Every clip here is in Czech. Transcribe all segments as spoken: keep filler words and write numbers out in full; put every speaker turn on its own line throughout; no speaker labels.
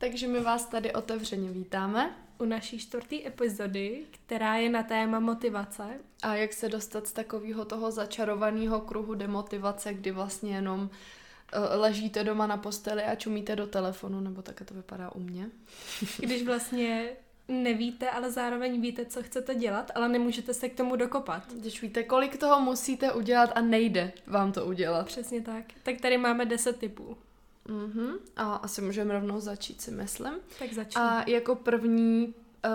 Takže my vás tady otevřeně vítáme.
U naší čtvrtý epizody, která je na téma motivace.
A jak se dostat z takového toho začarovaného kruhu demotivace, kdy vlastně jenom uh, ležíte doma na posteli a čumíte do telefonu, nebo také to vypadá u mě.
Když vlastně nevíte, ale zároveň víte, co chcete dělat, ale nemůžete se k tomu dokopat.
Když víte, kolik toho musíte udělat a nejde vám to udělat.
Přesně tak. Tak tady máme deset tipů.
Mm-hmm. A asi můžeme rovnou začít, si myslím.
Tak začni.
A jako první uh,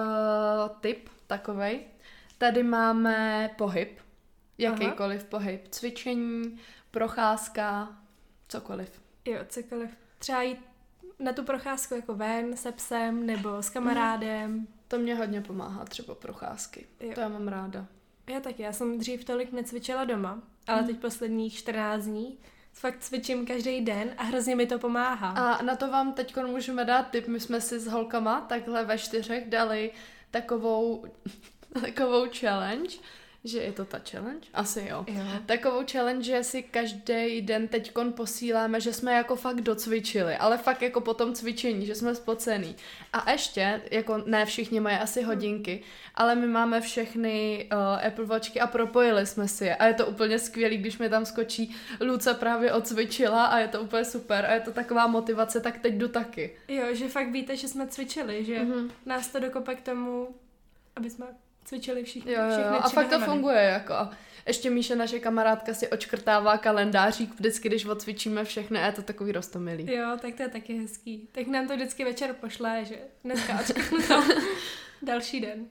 tip takovej, tady máme pohyb. Jakýkoliv Aha. pohyb. Cvičení, procházka, cokoliv.
Jo, cokoliv. Třeba jít na tu procházku jako ven se psem nebo s kamarádem.
To mě hodně pomáhá, třeba procházky. Jo. To já mám ráda.
Já taky, já jsem dřív tolik necvičila doma, ale hmm. teď posledních čtrnáct dní fakt cvičím každý den a hrozně mi to pomáhá.
A na to vám teď můžeme dát tip. My jsme si s holkama takhle ve čtyřech dali takovou, takovou challenge, že je to ta challenge? Asi jo.
jo.
Takovou challenge, že si každý den teďkon posíláme, že jsme jako fakt docvičili, ale fakt jako po tom cvičení, že jsme spocený. A ještě, jako ne všichni mají asi hodinky, ale my máme všechny uh, Apple Watchky a propojili jsme si je. A je to úplně skvělý, když mi tam skočí Luca právě odcvičila a je to úplně super. A je to taková motivace, tak teď jdu taky.
Jo, že fakt víte, že jsme cvičili, že mm-hmm. nás to dokope k tomu, aby jsme cvičili všichni.
Jo, jo, jo. A fakt to funguje, jako. Ještě Míša, naše kamarádka, si očkrtává kalendářík vždycky, když odcvičíme všechny a je to takový roztomilý.
Jo, tak to je taky hezký. Tak nám to vždycky večer pošle, že dneska očkrtám další den.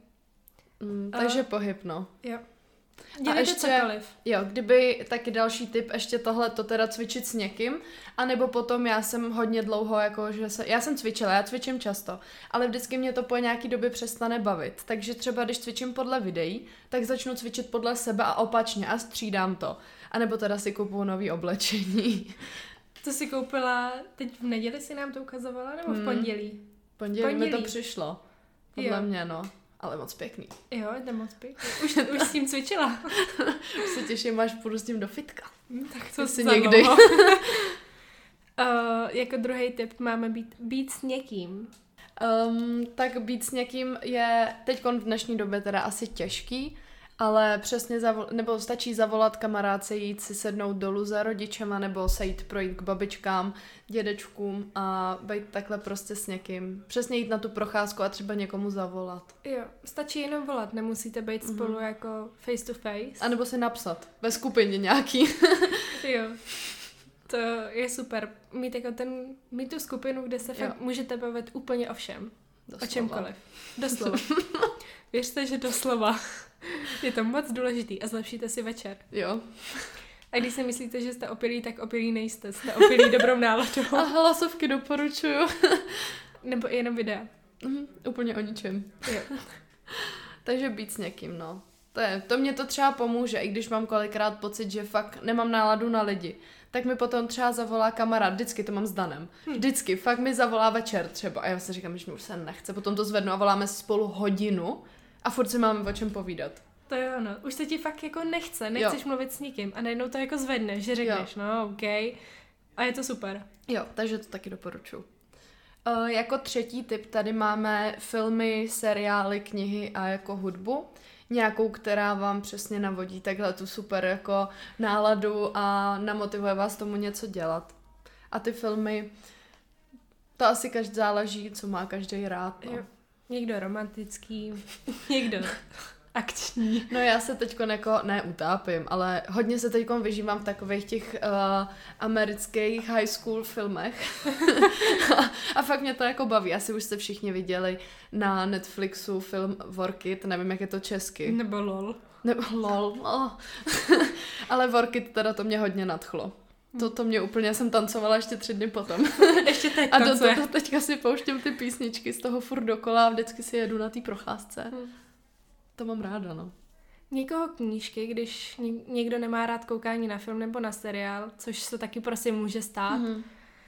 Mm, takže uh, pohyb, no.
Jo. Dělejte ještě, cokoliv.
Jo, kdyby taky další tip, ještě tohle to teda cvičit s někým, anebo potom já jsem hodně dlouho, jako že se, já jsem cvičila, já cvičím často, ale vždycky mě to po nějaký době přestane bavit, takže třeba když cvičím podle videí, tak začnu cvičit podle sebe a opačně a střídám to, anebo teda si kupuju nový oblečení.
To si koupila, teď v neděli si nám to ukazovala, nebo v pondělí?
Hmm. Pondělí, pondělí mi to přišlo, podle jo. mě, no. Ale moc pěkný.
Jo, je to moc pěkný. Už, už s tím cvičila.
Už se těším, až půjdu s tím do fitka.
Tak co
si někdy.
uh, jako druhý tip máme být, být s někým.
Um, tak být s někým je teď v dnešní době teda asi těžký, ale přesně zavol- nebo stačí zavolat kamarádce, jít si sednout dolů za rodičema nebo se jít projít k babičkám, dědečkům a být takhle prostě s někým. Přesně jít na tu procházku a třeba někomu zavolat.
Jo, stačí jenom volat, nemusíte být mm-hmm. spolu jako face to face.
A nebo si napsat ve skupině nějaký.
Jo, to je super. Mít jako ten, mít tu skupinu, kde se fakt můžete bavit úplně o všem. Doslova. O čemkoliv. Doslova. Věřte, že doslova. Je to moc důležitý a zlepšíte si večer.
Jo.
A když si myslíte, že jste opilí, tak opilí nejste. Jste opilí dobrou náladou.
A hlasovky doporučuju.
Nebo i jenom videa.
Mm, úplně o ničem.
Jo.
Takže být s někým, no. To, je, to mě to třeba pomůže, i když mám kolikrát pocit, že fakt nemám náladu na lidi. Tak mi potom třeba zavolá kamarád, vždycky to mám s Danem. Vždycky, fakt mi zavolá večer třeba a já si říkám, že mi už se nechce, potom to zvednu a voláme spolu hodinu a furt si máme o čem povídat.
To je ono, už se ti fakt jako nechce, nechceš jo. mluvit s nikým a najednou to jako zvedneš, že řekneš, jo. no ok, a je to super.
Jo, takže to taky doporučuji. Uh, jako třetí tip tady máme filmy, seriály, knihy a jako hudbu. Nějakou, která vám přesně navodí takhle tu super jako náladu a namotivuje vás tomu něco dělat. A ty filmy, to asi každý záleží, co má každý rád. No.
Jo. Někdo romantický, někdo akční.
No já se teďko jako, ne utápím, ale hodně se teďko vyžívám v takových těch uh, amerických high school filmech. a, a fakt mě to jako baví. Asi už jste všichni viděli na Netflixu film Workit, nevím, jak je to česky.
Nebo LOL.
Nebo LOL. Oh. Ale Workit teda to mě hodně nadchlo. To, to mě úplně, jsem tancovala ještě tři dny potom.
Ještě teď
A do toho teďka si pouštím ty písničky z toho furt dokola a vždycky si jedu na té procházce. Hmm. To mám ráda, no.
Někoho knížky, když někdo nemá rád koukání na film nebo na seriál, což se taky prostě může stát. Mm-hmm.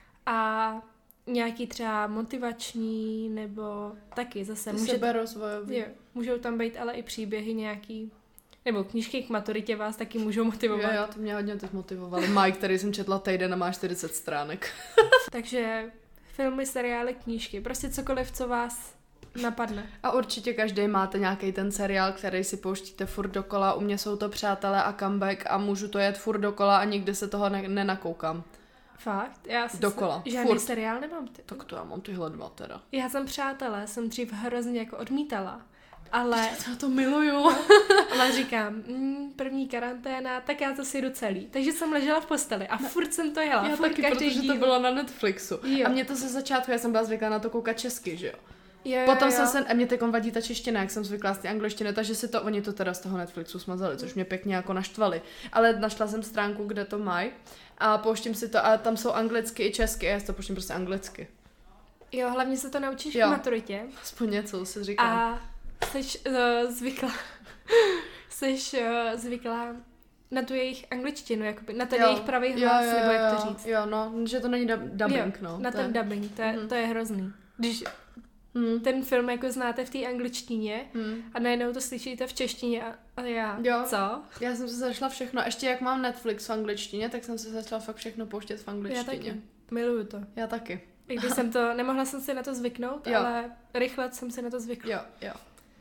A nějaký třeba motivační nebo taky zase.
Může, seberozvojový.
Jo, můžou tam být ale i příběhy nějaký. Nebo knížky k maturitě vás taky můžou motivovat.
Jo, jo, to mě hodně teď motivovaly. Mike, který jsem četla týden a má čtyřicet stránek.
Takže filmy, seriály, knížky, prostě cokoliv, co vás napadne.
A určitě každý máte nějaký ten seriál, který si pouštíte furt dokola. U mě jsou to Přátelé a Comeback a můžu to jet furt dokola a nikdy se toho ne- nenakoukám.
Fakt? Já
dokola.
Se, žádný furt. seriál nemám. Ty.
Tak to já mám tyhle dva teda.
Já jsem Přátelé, jsem dřív hrozně jako odmítala. Ale...
Já to miluju.
Ale říkám, mm, první karanténa, tak já to si jdu celý. Takže jsem ležela v posteli a furt jsem to jela.
Já
furt
taky,
každý
protože
díl.
to bylo na Netflixu.
Jo.
A mě to ze začátku, já jsem byla zvyklá na to koukat česky, že jo.
Jo, jo,
Potom
jo.
jsem se, a mě teď vadí ta čeština, jak jsem zvyklá z té angličtiny, takže si to, oni to teda z toho Netflixu smazali, což mě pěkně jako naštvali. Ale našla jsem stránku, kde to mají a pouštím si to a tam jsou anglicky i česky a já si to pouštím prostě anglicky.
Jo, hlavně se to naučíš
jo.
v maturitě.
Aspoň něco si říkám.
A jsi uh, zvyklá, jsi uh, zvyklá na tu jejich angličtinu, jakoby, na ten jo. jejich pravý hlas,
jo, jo,
nebo jak
jo,
to říct.
Jo, no, že to není dub- dubbing,
jo,
no.
na ten je... dubbing, to je, mm. to je hrozný. Když mm. ten film jako znáte v té angličtině mm. a najednou to slyšíte v češtině a, a já,
jo.
co?
Já jsem se začala všechno, ještě jak mám Netflix v angličtině, tak jsem se začala fakt všechno pouštět v angličtině.
Já taky, miluju to.
Já taky.
I když jsem to, nemohla jsem si na to zvyknout, jo. ale rychle jsem si na to zvykla.
Jo, jo.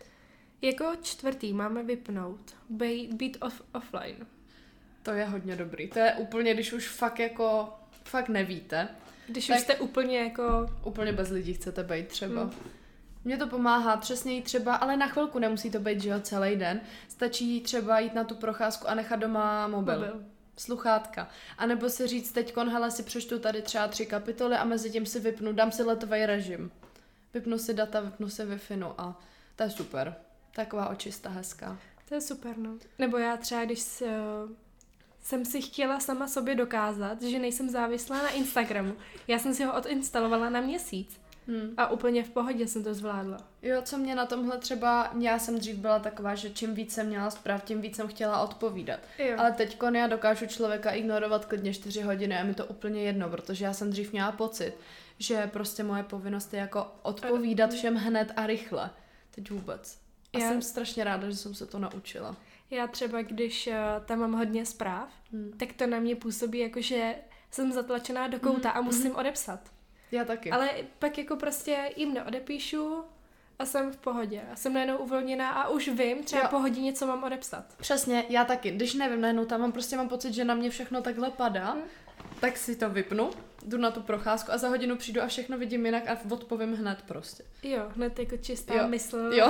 Jako čtvrtý máme vypnout, být, být off, offline.
To je hodně dobrý. To je úplně, když už fakt jako, fakt nevíte.
Když už jste úplně jako...
Úplně bez lidí chcete být třeba. Hmm. Mně to pomáhá přesně třeba, ale na chvilku nemusí to být, že jo, celý den. Stačí třeba jít na tu procházku a nechat doma mobil. mobil. Sluchátka. A nebo si říct teďkon, hele, si přečtu tady třeba tři kapitoly a mezi tím si vypnu, dám si letový režim. Vypnu si data, vypnu si Wi-Fi, no a to je super. Taková očista hezká.
To je super, no. Nebo já třeba, když si, uh, jsem si chtěla sama sobě dokázat, že nejsem závislá na Instagramu. Já jsem si ho odinstalovala na měsíc. Hmm. A úplně v pohodě jsem to zvládla.
Jo, co mě na tomhle třeba, já jsem dřív byla taková, že čím víc jsem měla zpráv, tím víc jsem chtěla odpovídat. Jo. Ale teďkon já dokážu člověka ignorovat klidně čtyři hodiny a mi to úplně jedno, protože já jsem dřív měla pocit, že prostě moje povinnost je jako odpovídat všem hned a rychle. Teď vůbec. A já jsem strašně ráda, že jsem se to naučila.
Já třeba, když uh, tam mám hodně zpráv, hmm. tak to na mě působí jako, že jsem zatlačená do kouta hmm. a musím hmm. odepsat.
Já taky.
Ale pak jako prostě jim neodepíšu a jsem v pohodě. A jsem najednou uvolněná a už vím třeba jo. po hodině, co mám odepsat.
Přesně, já taky. Když nevím, najednou tam mám prostě mám pocit, že na mě všechno takhle padá, hmm. tak si to vypnu, jdu na tu procházku a za hodinu přijdu a všechno vidím jinak a odpovím hned prostě.
Jo, hned jako čistá
jo.
mysl.
Jo.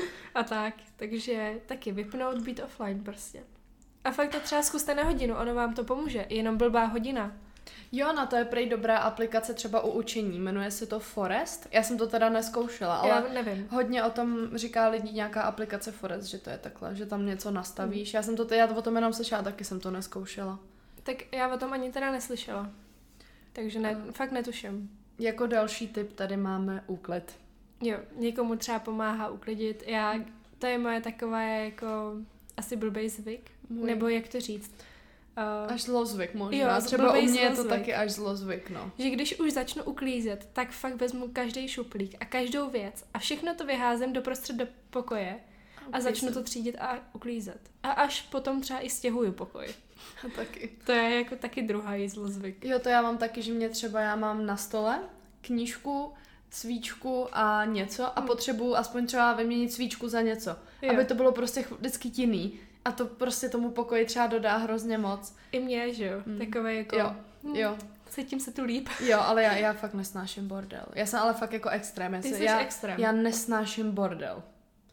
A tak. Takže taky vypnout, být offline prostě. A fakt to třeba zkuste na hodinu, ono vám to pomůže. Jenom blbá hodina.
Jo, na to je prej dobrá aplikace třeba u učení, jmenuje se to Forest. Já jsem to teda neskoušela, ale
Já nevím.
hodně o tom říká lidi nějaká aplikace Forest, že to je takhle, že tam něco nastavíš. Mm. Já jsem to, já to o tom jenom slyšela, taky jsem to neskoušela.
Tak já o tom ani teda neslyšela. Takže ne, mm. fakt netuším.
Jako další tip tady máme úklid.
Jo, někomu třeba pomáhá uklidit. Já, to je moje takové jako asi blbej zvyk, Můj. nebo jak to říct.
Uh, až zlozvyk možná, jo, třeba u mě je to taky až zlozvyk, no.
Že když už začnu uklízet, tak fakt vezmu každý šuplík a každou věc a všechno to vyházím doprostřed do pokoje a začnu to třídit a uklízet. A až potom třeba i stěhuju pokoj.
A taky.
To je jako taky druhý zlozvyk.
Jo, to já mám taky, že mě třeba já mám na stole knížku, svíčku a něco a hmm. potřebuju aspoň třeba vyměnit svíčku za něco, jo. aby to bylo prostě vždycky jiný. A to prostě tomu pokoji třeba dodá hrozně moc.
I mě, že jo? Mm. Takové jako...
Jo, jo.
Cítím se tu líp.
Jo, ale já, já fakt nesnáším bordel. Já jsem ale fakt jako extrém. Já
Ty
se,
jsi
já,
extrém.
Já nesnáším bordel.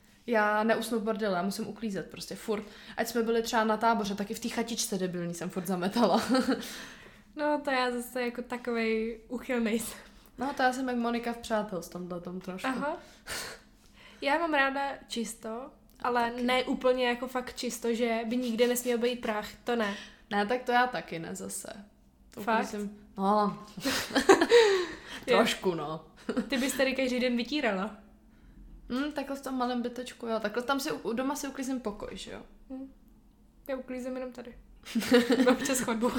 Já neusnu v bordelu, já musím uklízet prostě furt. Ať jsme byli třeba na táboře, tak i v té chatičce debilní jsem furt zametala.
No to já zase jako takovej uchylnej.
No to já jsem jak Monika v Přátel s tomhle tom trošku.
Aha. Já mám ráda čisto, ale taky. Ne úplně jako fakt čisto, že by nikde nesměl být prach, to ne.
Ne, tak to já taky ne zase. To
fakt?
Jsem... No, trošku no.
Ty bys tady každý den vytírala.
Hmm, takhle v tom malém bytečku, jo. Takhle tam si, doma si uklízím pokoj, že jo.
Hmm. Já uklízím jenom tady. Občas chodbu.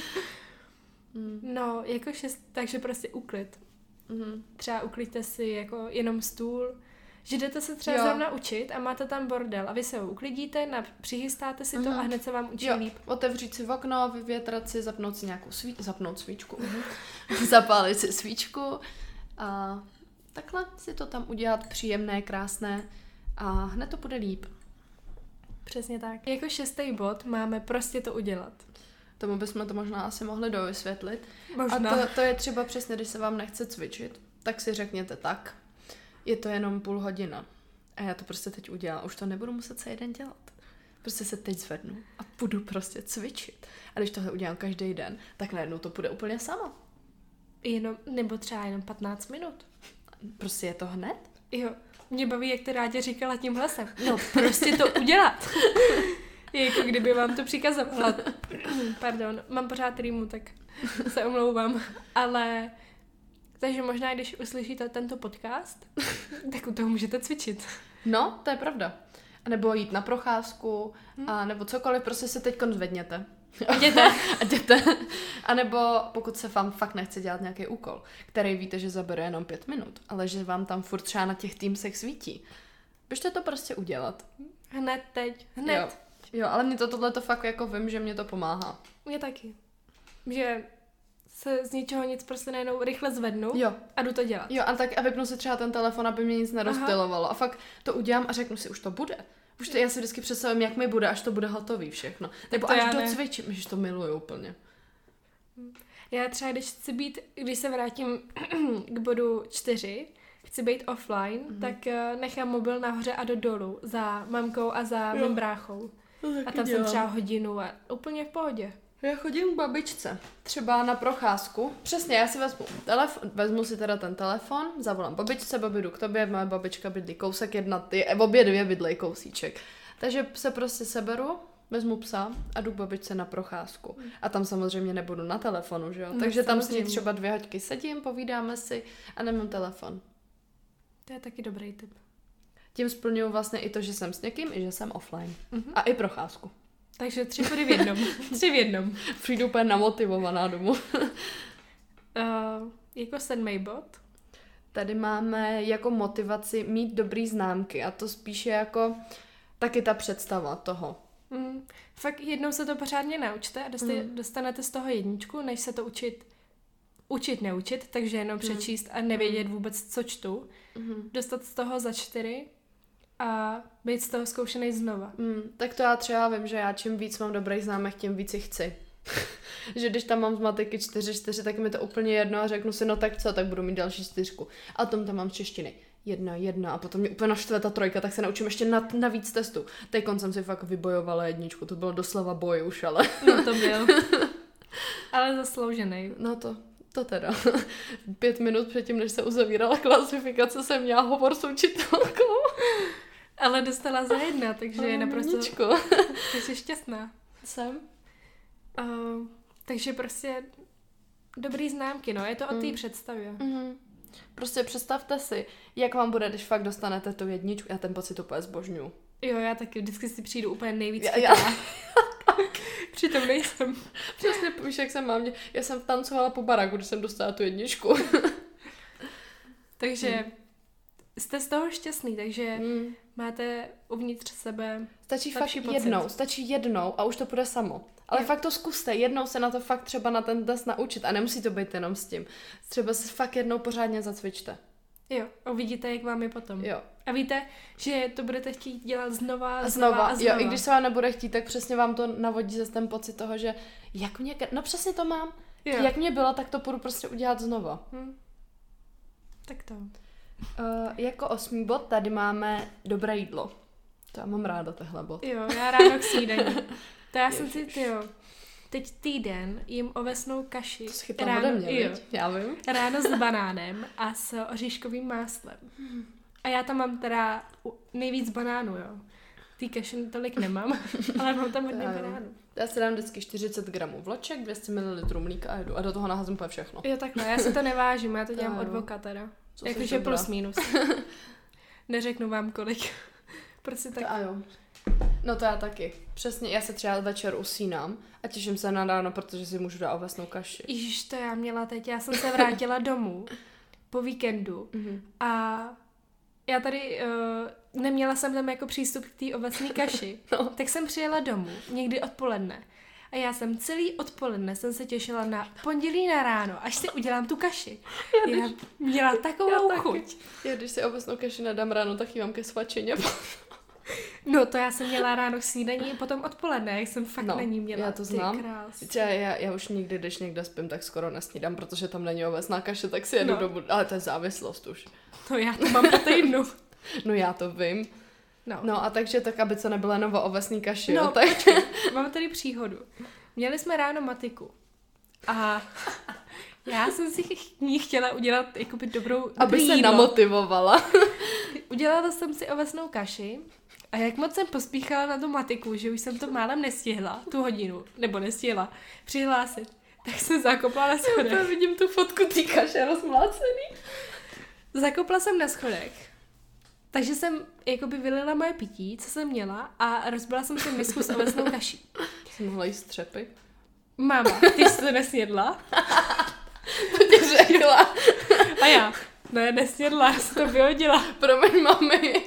Hmm. No, jako šest, takže prostě uklid. Hmm. Třeba uklidte si jako jenom stůl, Že jdete se třeba zrovna učit a máte tam bordel a vy se ho uklidíte, na, přichystáte si to mm-hmm. a hned se vám učí
jo.
líp.
Otevřít si v okno, vyvětrat si, zapnout si nějakou sví... zapnout svíčku, zapálit si svíčku a takhle si to tam udělat příjemné, krásné a hned to bude líp.
Přesně tak. Jako šestý bod máme prostě to udělat.
Tomu bychom to možná asi mohli dovysvětlit.
Možná.
A to, to je třeba přesně, když se vám nechce cvičit, tak si řekněte tak, je to jenom půl hodina. A já to prostě teď udělám. Už to nebudu muset celý den dělat. Prostě se teď zvednu a budu prostě cvičit. A když tohle udělám každý den, tak najednou to půjde úplně sama.
Jenom, nebo třeba jenom patnáct minut.
Prostě je to hned?
Jo. Mě baví, jak to Rádě říkala tím hlasem. No, prostě to udělat. Je jako kdyby vám to přikazovala. Pardon, mám pořád rýmu, tak se omlouvám. Ale, takže možná, když uslyšíte tento podcast, tak u toho můžete cvičit.
No, to je pravda. A nebo jít na procházku, hmm. a nebo cokoliv, prostě se teď zvedněte.
A jděte.
A jděte. A nebo pokud se vám fakt nechce dělat nějaký úkol, který víte, že zabere jenom pět minut, ale že vám tam furt třeba na těch Teamsech svítí. Běžte to prostě udělat.
Hned teď. Hned.
Jo, jo, ale mě to tohle to fakt jako vím, že mě to pomáhá.
Mě taky. Že se z ničeho nic prostě najednou rychle zvednu
jo.
a jdu to dělat.
Jo, a tak a vypnu si třeba ten telefon, aby mě nic nerozptylovalo. A fakt to udělám a řeknu si, už to bude. Už to, já si vždycky představím, jak mi bude, až to bude hotový všechno. Nebo
to
až docvičím, že to miluju úplně.
Já třeba, když chci být, když se vrátím k bodu čtyři, chci být offline, mm-hmm. tak uh, nechám mobil nahoře a do dolů za mamkou a za jo. mým bráchou. A tam dělám. Jsem třeba hodinu a úplně v pohodě.
Já chodím k babičce, třeba na procházku. Přesně, já si vezmu telefon, vezmu si teda ten telefon, zavolám babičce, babi, jdu k tobě, moje babička bydlí kousek jedna, ty, obě dvě bydlej kousíček. Takže se prostě seberu, vezmu psa a jdu k babičce na procházku. A tam samozřejmě nebudu na telefonu, že jo?
No,
takže tam s ní třeba dvě hoďky sedím, povídáme si a nemám telefon.
To je taky dobrý tip.
Tím splňuju vlastně i to, že jsem s někým, i že jsem offline. Mm-hmm. A i procházku.
Takže tři body v jednom. Tři v jednom.
Přijdu úplně namotivovaná domů.
uh, jako sedmý bod.
Tady máme jako motivaci mít dobrý známky a to spíše jako taky ta představa toho.
Mm, fakt jednou se to pořádně naučte a dosti, mm. dostanete z toho jedničku, než se to učit učit, neučit, takže jenom přečíst a nevědět vůbec, co čtu. Mm. Dostat z toho za čtyři a být z toho zkoušený znova.
Mm, tak to já třeba vím, že já čím víc mám dobrých známek, tím víc jich chci. Že když tam mám z matiky čtyři, čtyři, tak mi to úplně jedno a řeknu si, no tak co, tak budu mít další čtyřku. A tom tam mám z češtiny. Jedna, jedna a potom mě úplně naštve ta trojka, tak se naučím ještě na, na víc testů. Teď jsem si fakt vybojovala jedničku, to bylo doslova boj už, ale...
No to byl. Ale zasloužený.
No to, to teda. Pět minut předtím, než se uzavírala klasifikace, jsem měla hovor s učitelkou.
Ale dostala za jedna, takže je naprosto...
Ničko.
Jsi šťastná.
Jsem.
Uh, takže prostě dobrý známky, no, je to o té mm. představě.
Mm-hmm. Prostě představte si, jak vám bude, když fakt dostanete tu jedničku. Já ten pocit úplně zbožňuju.
Jo, já taky vždycky si přijdu úplně nejvíc
já, já.
Přitom nejsem.
Přesně, víš, jak jsem mám. Já jsem tancovala po baráku, když jsem dostala tu jedničku.
Takže mm. jste z toho šťastný, takže mm. máte uvnitř sebe
stačí fakt pocit. jednou, stačí jednou a už to půjde samo. Ale jo. Fakt to zkuste, jednou se na to fakt třeba na ten test naučit a nemusí to být jenom s tím. Třeba se fakt jednou pořádně zacvičte.
Jo, a uvidíte, jak vám je potom.
Jo.
A víte, že to budete chtít dělat znova,
a
znova,
znova
a znova.
Jo, i když se vám nebude chtít, tak přesně vám to navodí zase ten pocit toho, že jak mě, no přesně to mám. Jo. Jak mě bylo, tak to půjdu prostě udělat znova.
Hm. Tak to.
Uh, jako osmý bod tady máme dobré jídlo. To já mám ráda tehle bod.
Jo, já ráno k snídaní. To já jsem si, tyjo, teď týden jim ovesnou kaši.
To schytám ode mě, jo. Já vím.
Ráno s banánem a s oříškovým máslem. A já tam mám teda nejvíc banánů, jo. Tý kaši tolik nemám, ale mám tam hodně banánů.
Já si dám vždycky čtyřicet gramů vloček, dvě stě mililitrů mlíka a jedu. A do toho naházím úplně všechno.
Jo, takhle, já si to nevážím, já to dělám od voka teda. Jakože plus minus. Neřeknu vám kolik. Prostě tak.
A jo. No to já taky. Přesně, já se třeba večer usínám a těším se na ráno, protože si můžu dát ovesnou kaši.
Ježiš, to já měla teď. Já jsem se vrátila domů po víkendu mm-hmm. a já tady uh, neměla jsem tam jako přístup k té ovesné kaši, no. Tak jsem přijela domů někdy odpoledne. A já jsem celý odpoledne jsem se těšila na pondělí na ráno, až si udělám tu kaši. Já, já měla takovou já chuť.
Já když si ovesnou kaši nedám ráno, tak ji mám ke svačině.
No to já jsem měla ráno k snídaní, potom odpoledne, jak jsem fakt
no,
na ní měla.
Já to znám. Já, já, já už nikdy, když někde spím, tak skoro nesnídám, protože tam není ovesná kaše, tak si jedu no. domů. Ale to je závislost už.
No já to mám po týdnu.
No já to vím.
No.
no a takže tak, aby to nebylo jenom o ovesný kaši.
No,
jo, tak...
mám tady příhodu. Měli jsme ráno matiku. A já jsem si k ní chtěla udělat jakoby dobrou
aby se
jídlo.
Namotivovala.
Udělala jsem si ovesnou kaši a jak moc jsem pospíchala na tu matiku, že už jsem to málem nestihla, tu hodinu, nebo nestihla, přihlásit, tak jsem zakopla na schodech.
Já vidím tu fotku té kaše rozmlácený.
Zakopla jsem na schodech, takže jsem jakoby vylila moje pití, co jsem měla a rozbila jsem si misku s ovesnou kaší.
Jsi mohla jíst střepy?
Máma, ty jsi to nesnědla?
To ti řekla.
A já, ne, nesnědla, já jsem to vyhodila.
Promiň, mami.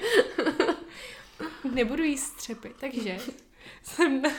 Nebudu jíst střepy, takže jsem na...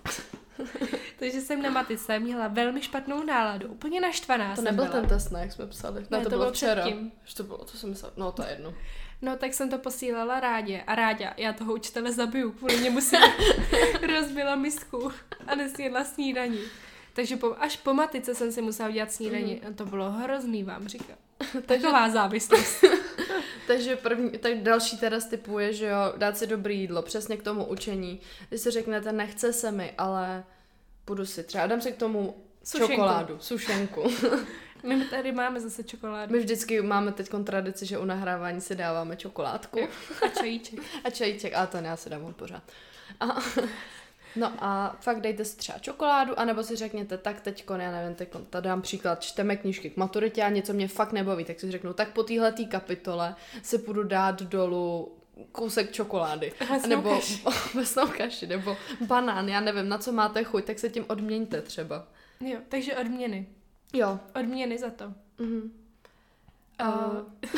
takže jsem na matice měla velmi špatnou náladu, úplně naštvaná.
To nebyl byla. Ten test, ne, jak jsme psali. Ne,
ne
to,
to
bylo včera.
Předtím.
To bylo, to jsem myslela, no to je jedno.
No tak jsem to posílala Rádě a Ráďa, já toho učitele zabiju, kvůli němu si rozbila misku a nesnědla snídaní. Takže po, až po matice jsem si musela udělat snídaní mm. a to bylo hrozný, vám říkám. Taková závislost.
Takže první, tak další teda typuje, že jo, dát si dobrý jídlo, přesně k tomu učení. Když si řeknete, nechce se mi, ale budu si třeba, dám si k tomu sušenku. Čokoládu, sušenku.
My tady máme zase čokoládu.
My vždycky máme teď tradici, že u nahrávání si dáváme čokoládku.
A čajíček.
A čajíček, ale to ne, já si dávám pořád. A, no a fakt dejte si třeba čokoládu, anebo si řekněte, tak teďko, já nevím, teďko, tady dám příklad, čteme knížky k maturitě a něco mě fakt nebaví, tak si řeknu, tak po téhletý kapitole si půjdu dát dolů kousek čokolády.
Vesnou
nebo
kaši.
Vesnou kaši, nebo banán, já nevím, na co máte chuť, tak se tím odměňte třeba.
Jo, takže odměny.
Jo.
Odměny za to.
Mhm.
Uh.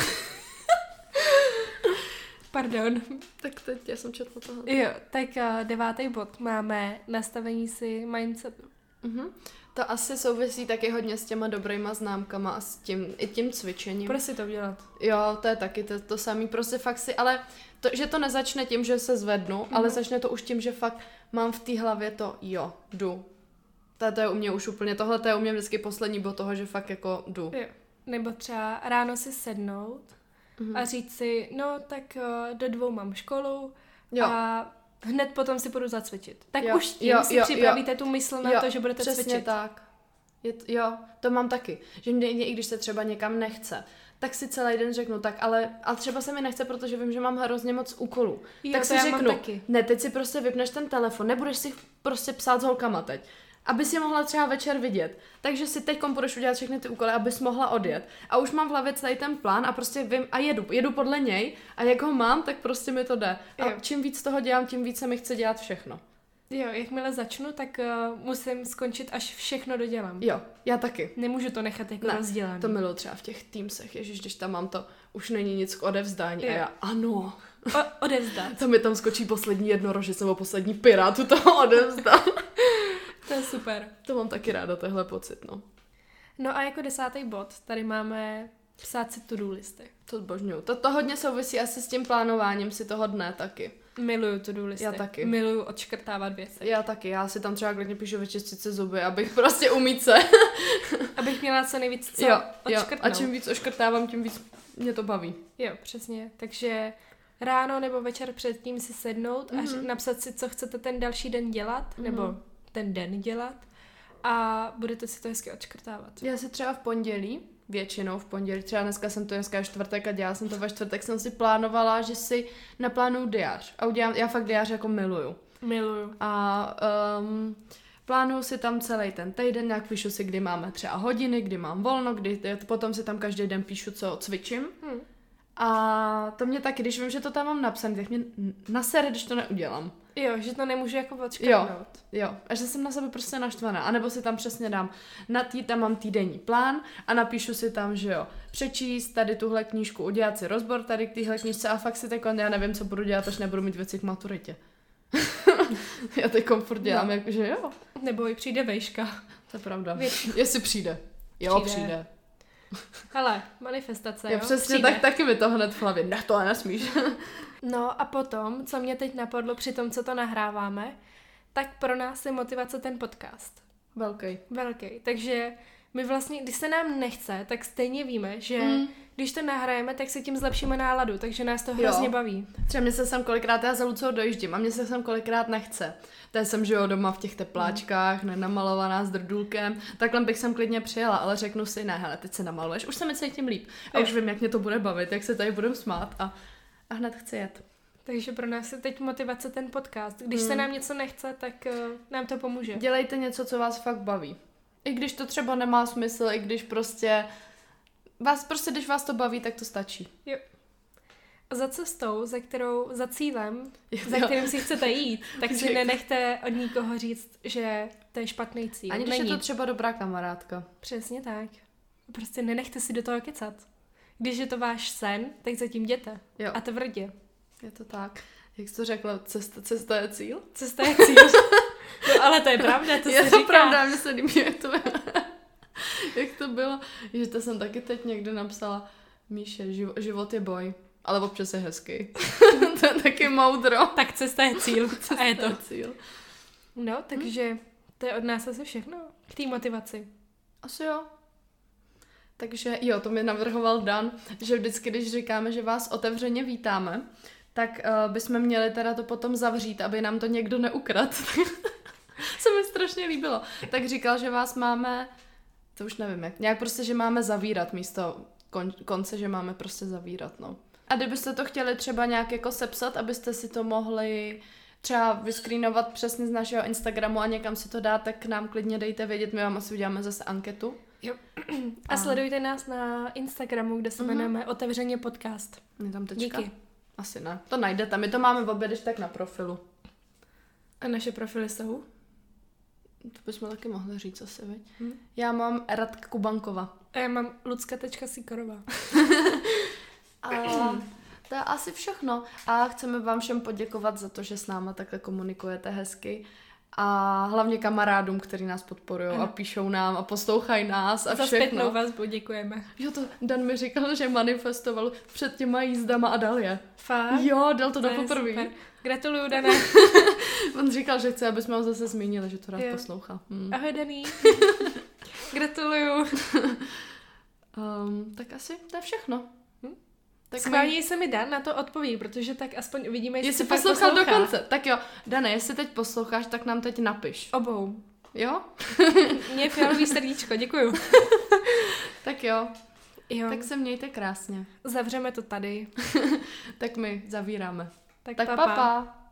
Pardon.
Tak teď já jsem četla toho.
Jo, tak uh, devátý bod máme nastavení si mindsetu.
Mhm. To asi souvisí taky hodně s těma dobrýma známkama a s tím, i tím cvičením.
Proč si to udělat?
Jo, to je taky to, to samý, prostě fakt si, ale to, že to nezačne tím, že se zvednu, mm-hmm. ale začne to už tím, že fakt mám v té hlavě to jo, jdu. To, to je u mě už úplně, tohle to je u mě vždycky poslední bod toho, že fakt jako jdu.
Jo. Nebo třeba ráno si sednout mm-hmm. a říct si, no tak uh, do dvou mám školu jo. a hned potom si půjdu zacvičit. Tak jo, už tím jo, si jo, připravíte jo. tu mysl na jo, to, že budete
přesně
cvičit.
tak. Je t- jo, to mám taky. Že mě, i když se třeba někam nechce, tak si celý den řeknu, tak ale, ale třeba se mi nechce, protože vím, že mám hrozně moc úkolů.
Jo,
tak si řeknu,
taky.
ne, teď si prostě vypneš ten telefon, nebudeš si prostě psát s holkama teď, aby si mohla třeba večer vidět. Takže si teď budeš udělat všechny ty úkoly, abys mohla odjet. A už mám v hlavě celý ten plán a prostě vím a jedu. Jedu podle něj a jak ho mám, tak prostě mi to jde. A jo. čím víc toho dělám, tím víc se mi chce dělat všechno.
Jo, jakmile začnu, tak uh, musím skončit, až všechno dodělám.
Jo, já taky.
Nemůžu to nechat jako rozdělané.
To miluji třeba v těch Teamsech, ježiš, když tam mám to, už není nic k odevzdání jo. a já, ano.
O, odevzdat.
To mi tam skočí poslední jednorožec nebo poslední pirátu toho odevzdám.
To je super.
To mám taky ráda, tohle pocit, no.
No a jako desátý bod, tady máme psát si to-do listy.
To zbožňuju. To, to hodně souvisí asi s tím plánováním si toho dne taky.
Miluju to-do listy.
Já taky.
Miluju odškrtávat věci.
Já taky. Já si tam třeba klidně píšu vyčistit si zuby, abych prostě umít se.
Abych měla co nejvíc co
jo,
odškrtnout.
Jo. A čím víc oškrtávám, tím víc mě to baví.
Jo, přesně. Takže ráno nebo večer předtím si sednout mm-hmm. a napsat si, co chcete ten další den dělat, mm-hmm. nebo ten den dělat a budete si to hezky odškrtávat.
Já si třeba v pondělí, většinou v pondělí, třeba dneska jsem to dneska je čtvrtek a dělala jsem to ve čtvrtek, jsem si plánovala, že si naplánuju diář a udělám, já fakt diář jako miluju.
Miluju.
A um, plánuju si tam celý ten týden, nějak píšu si, kdy máme třeba hodiny, kdy mám volno, kdy potom si tam každý den píšu, co cvičím. Hmm. A to mě taky, když vím, že to tam mám napsané, tak mě nasere, když to neudělám.
Jo, že to nemůžu jako odškrtnout.
Jo, jo. A že jsem na sebe prostě naštvaná. A nebo si tam přesně dám, na tý, tam mám týdenní plán a napíšu si tam, že jo, přečíst tady tuhle knížku, udělat si rozbor tady k téhle knížce a fakt si teď, já nevím, co budu dělat, až nebudu mít věci k maturitě. Já teď komfort dělám, no. Jako, že jo.
Nebo i přijde vejška.
To je pravda.
Věc.
Jestli přijde. Jo, přijde. přijde.
Hele, manifestace, jo?
Jo, přesně
přijde.
tak, taky mi to hned v hlavě. Ne, to nesmíš.
No a potom, co mě teď napadlo při tom, co to nahráváme, tak pro nás je motivace ten podcast.
Velký.
Velký. Takže my vlastně, když se nám nechce, tak stejně víme, že mm. když to nahrajeme, tak si tím zlepšíme náladu, takže nás to hrozně
jo.
baví.
Třeba mě se sem kolikrát, já za Lucou dojíždím a mě se sem kolikrát nechce. To jsem, že jo, doma v těch tepláčkách, mm. nenamalovaná s drdůlkem, takhle bych sem klidně přijela, ale řeknu si, ne, hele, teď se namaluješ, už se mi cítím líp. A jo. Už vím, jak mě to bude bavit, jak se tady budem smát a, a hned chci jet.
Takže pro nás je teď motivace ten podcast. Když mm. se nám něco nechce, tak uh, nám to pomůže.
Dělejte něco, co vás fakt baví. I když to třeba nemá smysl, i když prostě vás prostě, když vás to baví, tak to stačí.
Jo. A za cestou, za kterou, za cílem,
jo.
za kterým si chcete jít, tak si nenechte od nikoho říct, že to je špatný cíl.
Ani když Není. Je to třeba dobrá kamarádka.
Přesně tak. Prostě nenechte si do toho kecat. Když je to váš sen, tak zatím jděte.
Jo.
A tvrdě.
Je to tak. Jak jsi to řekla, cesta, cesta je cíl?
Cesta je cíl. No, ale to je pravda, to
je
se
to
říká.
pravda, mě se líbí, jak to, jak to bylo. Že to jsem taky teď někde napsala. Míše, živ- život je boj, ale občas je hezký. To je taky moudro.
Tak cesta je cíl.
Cesta
a je to.
Je cíl.
No, takže hm? to je od nás asi všechno. K té motivaci.
Asi jo. Takže jo, to mi navrhoval Dan, že vždycky, když říkáme, že vás otevřeně vítáme, tak uh, bychom měli teda to potom zavřít, aby nám to někdo neukradl. Se mi strašně líbilo. Tak říkal, že vás máme, to už nevím jak, nějak prostě, že máme zavírat místo kon, konce, že máme prostě zavírat, no. A kdybyste to chtěli třeba nějak jako sepsat, abyste si to mohli třeba vyskrínovat přesně z našeho Instagramu a někam si to dát, tak nám klidně dejte vědět, my vám asi uděláme zase anketu.
Jo. A, a sledujte nás na Instagramu, kde se uh-huh. jmenujeme Otevřeně podcast.
Je tam tečka?
Díky.
Asi ne. To najdete. My to máme v obě, když tak na profilu.
A naše profily jsou?
To bychom taky mohli říct asi, viď?
Hmm.
Já mám Radka Kubankova.
A já mám Lucka tečka Sikorová.
A to je asi všechno. A chceme vám všem poděkovat za to, že s náma takhle komunikujete hezky. A hlavně kamarádům, kteří nás podporují a píšou nám a poslouchají nás a
za
všechno.
Za zpětnou vazbu děkujeme.
Jo, to Dan mi říkal, že manifestoval před těma jízdama a dal je.
Fakt?
Jo, dal to,
to
do poprvé.
Gratuluju, Dané.
On říkal, že chce, aby jsme ho zase zmínili, že to rád jo. poslouchá. Hmm.
Ahoj, Daný. Gratuluju.
um, tak asi to je všechno.
Tak schválně my... se mi Dan na to odpoví, protože tak aspoň uvidíme, jestli,
jestli
fakt
poslouchal
poslouchá.
do konce. Tak jo, Dane, jestli teď posloucháš, tak nám teď napiš.
Obou.
Jo?
Mě fialový srdíčko, děkuju.
Tak jo.
jo.
Tak se mějte krásně.
Zavřeme to tady.
Tak my zavíráme.
Tak,
tak
papa.
Pa, pa.